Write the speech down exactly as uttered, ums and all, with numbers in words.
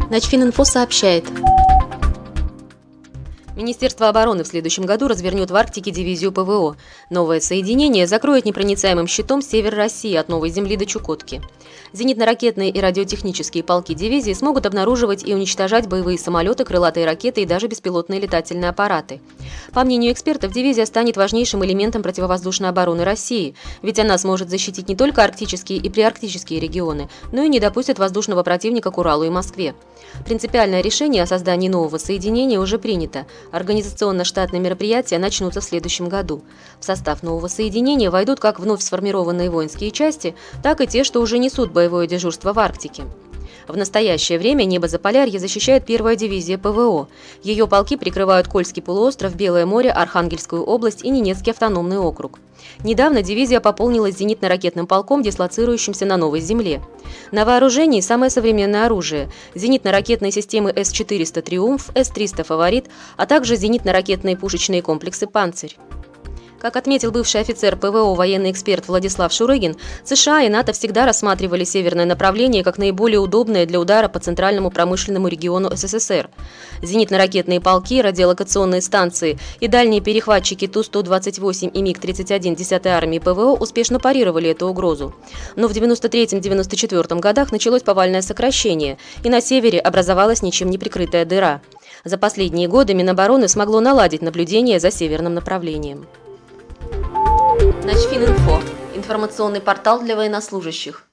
Начфининфо сообщает. Министерство обороны в следующем году развернет в Арктике дивизию ПВО. Новое соединение закроет непроницаемым щитом север России от Новой Земли до Чукотки. Зенитно-ракетные и радиотехнические полки дивизии смогут обнаруживать и уничтожать боевые самолеты, крылатые ракеты и даже беспилотные летательные аппараты. По мнению экспертов, дивизия станет важнейшим элементом противовоздушной обороны России, ведь она сможет защитить не только арктические и приарктические регионы, но и не допустит воздушного противника к Уралу и Москве. Принципиальное решение о создании нового соединения уже принято. Организационно-штатные мероприятия начнутся в следующем году. В состав нового соединения войдут как вновь сформированные воинские части, так и те, что уже несут боевое дежурство в Арктике. В настоящее время небо Заполярья защищает первая дивизия ПВО. Ее полки прикрывают Кольский полуостров, Белое море, Архангельскую область и Ненецкий автономный округ. Недавно дивизия пополнилась зенитно-ракетным полком, дислоцирующимся на Новой Земле. На вооружении самое современное оружие – зенитно-ракетные системы С четыреста «Триумф», С триста «Фаворит», а также зенитно-ракетные пушечные комплексы «Панцирь». Как отметил бывший офицер ПВО, военный эксперт Владислав Шурыгин, США и НАТО всегда рассматривали северное направление как наиболее удобное для удара по центральному промышленному региону СССР. Зенитно-ракетные полки, радиолокационные станции и дальние перехватчики Ту сто двадцать восемь и МиГ тридцать один десятой армии ПВО успешно парировали эту угрозу. Но в девяносто третьем — девяносто четвёртом годах началось повальное сокращение, и на севере образовалась ничем не прикрытая дыра. За последние годы Минобороны смогло наладить наблюдение за северным направлением. Начфининфо – информационный портал для военнослужащих.